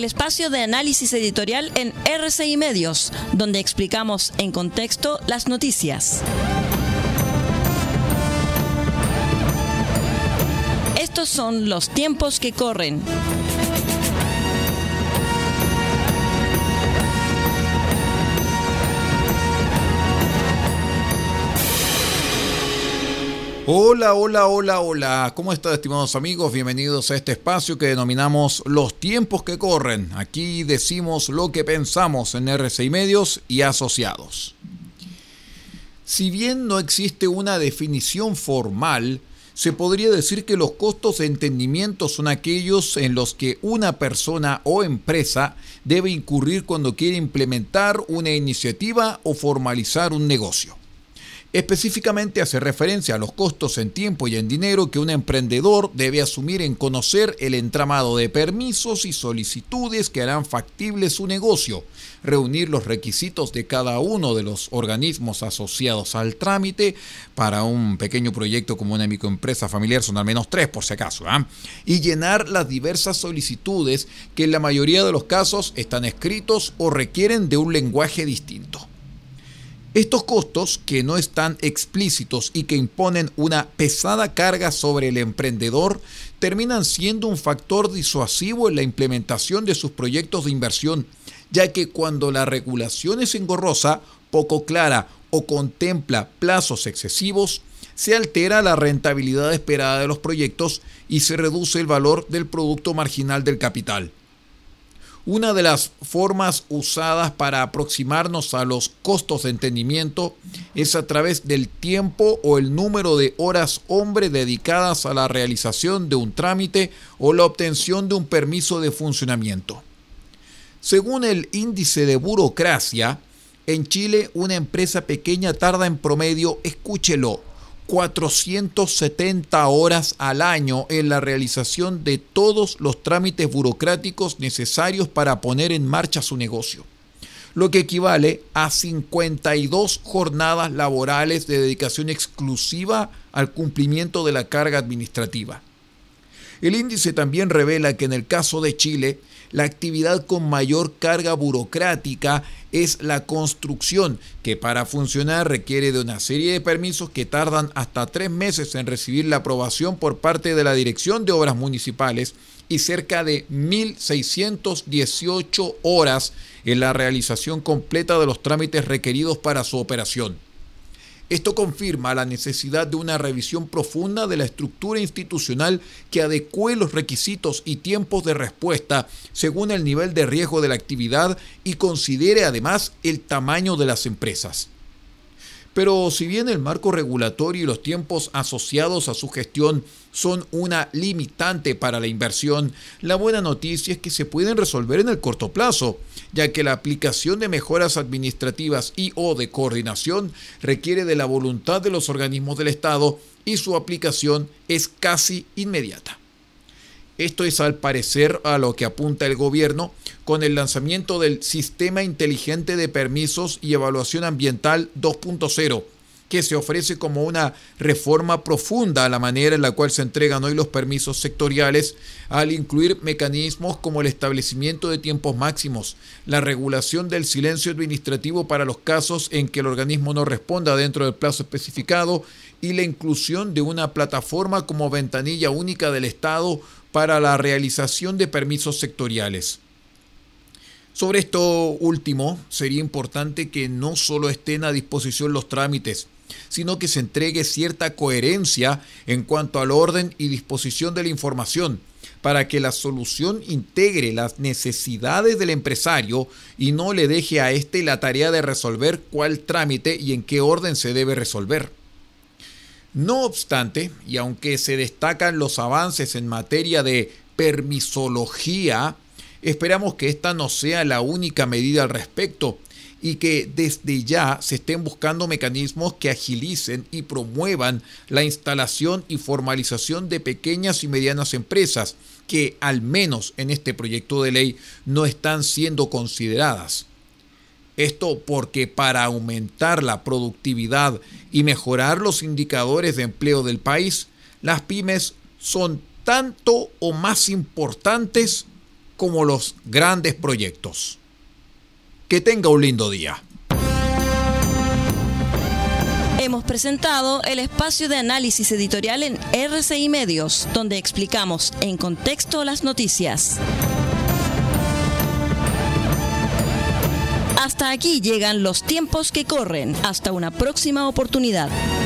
el espacio de análisis editorial en RCI Medios, donde explicamos en contexto las noticias. Estos son los tiempos que corren. Hola. ¿Cómo están, estimados amigos? Bienvenidos a este espacio que denominamos Los tiempos que corren. Aquí decimos lo que pensamos en RCI Medios y Asociados. Si bien no existe una definición formal, se podría decir que los costos de entendimiento son aquellos en los que una persona o empresa debe incurrir cuando quiere implementar una iniciativa o formalizar un negocio. Específicamente hace referencia a los costos en tiempo y en dinero que un emprendedor debe asumir en conocer el entramado de permisos y solicitudes que harán factible su negocio, reunir los requisitos de cada uno de los organismos asociados al trámite. Para un pequeño proyecto como una microempresa familiar son al menos 3 por si acaso, y llenar las diversas solicitudes que en la mayoría de los casos están escritos o requieren de un lenguaje distinto. Estos costos, que no están explícitos y que imponen una pesada carga sobre el emprendedor, terminan siendo un factor disuasivo en la implementación de sus proyectos de inversión, ya que cuando la regulación es engorrosa, poco clara o contempla plazos excesivos, se altera la rentabilidad esperada de los proyectos y se reduce el valor del producto marginal del capital. Una de las formas usadas para aproximarnos a los costos de entendimiento es a través del tiempo o el número de horas hombre dedicadas a la realización de un trámite o la obtención de un permiso de funcionamiento. Según el índice de burocracia, en Chile una empresa pequeña tarda en promedio, escúchelo, 470 horas al año en la realización de todos los trámites burocráticos necesarios para poner en marcha su negocio, lo que equivale a 52 jornadas laborales de dedicación exclusiva al cumplimiento de la carga administrativa. El índice también revela que en el caso de Chile, la actividad con mayor carga burocrática es la construcción, que para funcionar requiere de una serie de permisos que tardan hasta 3 meses en recibir la aprobación por parte de la Dirección de Obras Municipales y cerca de 1.618 horas en la realización completa de los trámites requeridos para su operación. Esto confirma la necesidad de una revisión profunda de la estructura institucional que adecue los requisitos y tiempos de respuesta según el nivel de riesgo de la actividad y considere además el tamaño de las empresas. Pero si bien el marco regulatorio y los tiempos asociados a su gestión son una limitante para la inversión, la buena noticia es que se pueden resolver en el corto plazo, ya que la aplicación de mejoras administrativas y/o de coordinación requiere de la voluntad de los organismos del Estado y su aplicación es casi inmediata. Esto es al parecer a lo que apunta el gobierno con el lanzamiento del Sistema Inteligente de Permisos y Evaluación Ambiental 2.0, que se ofrece como una reforma profunda a la manera en la cual se entregan hoy los permisos sectoriales, al incluir mecanismos como el establecimiento de tiempos máximos, la regulación del silencio administrativo para los casos en que el organismo no responda dentro del plazo especificado y la inclusión de una plataforma como ventanilla única del Estado para la realización de permisos sectoriales. Sobre esto último, sería importante que no solo estén a disposición los trámites, sino que se entregue cierta coherencia en cuanto al orden y disposición de la información, para que la solución integre las necesidades del empresario y no le deje a éste la tarea de resolver cuál trámite y en qué orden se debe resolver. No obstante, y aunque se destacan los avances en materia de permisología, esperamos que esta no sea la única medida al respecto y que desde ya se estén buscando mecanismos que agilicen y promuevan la instalación y formalización de pequeñas y medianas empresas que, al menos en este proyecto de ley, no están siendo consideradas. Esto porque para aumentar la productividad y mejorar los indicadores de empleo del país, las pymes son tanto o más importantes como los grandes proyectos. Que tenga un lindo día. Hemos presentado el espacio de análisis editorial en RCI Medios, donde explicamos en contexto las noticias. Hasta aquí llegan los tiempos que corren. Hasta una próxima oportunidad.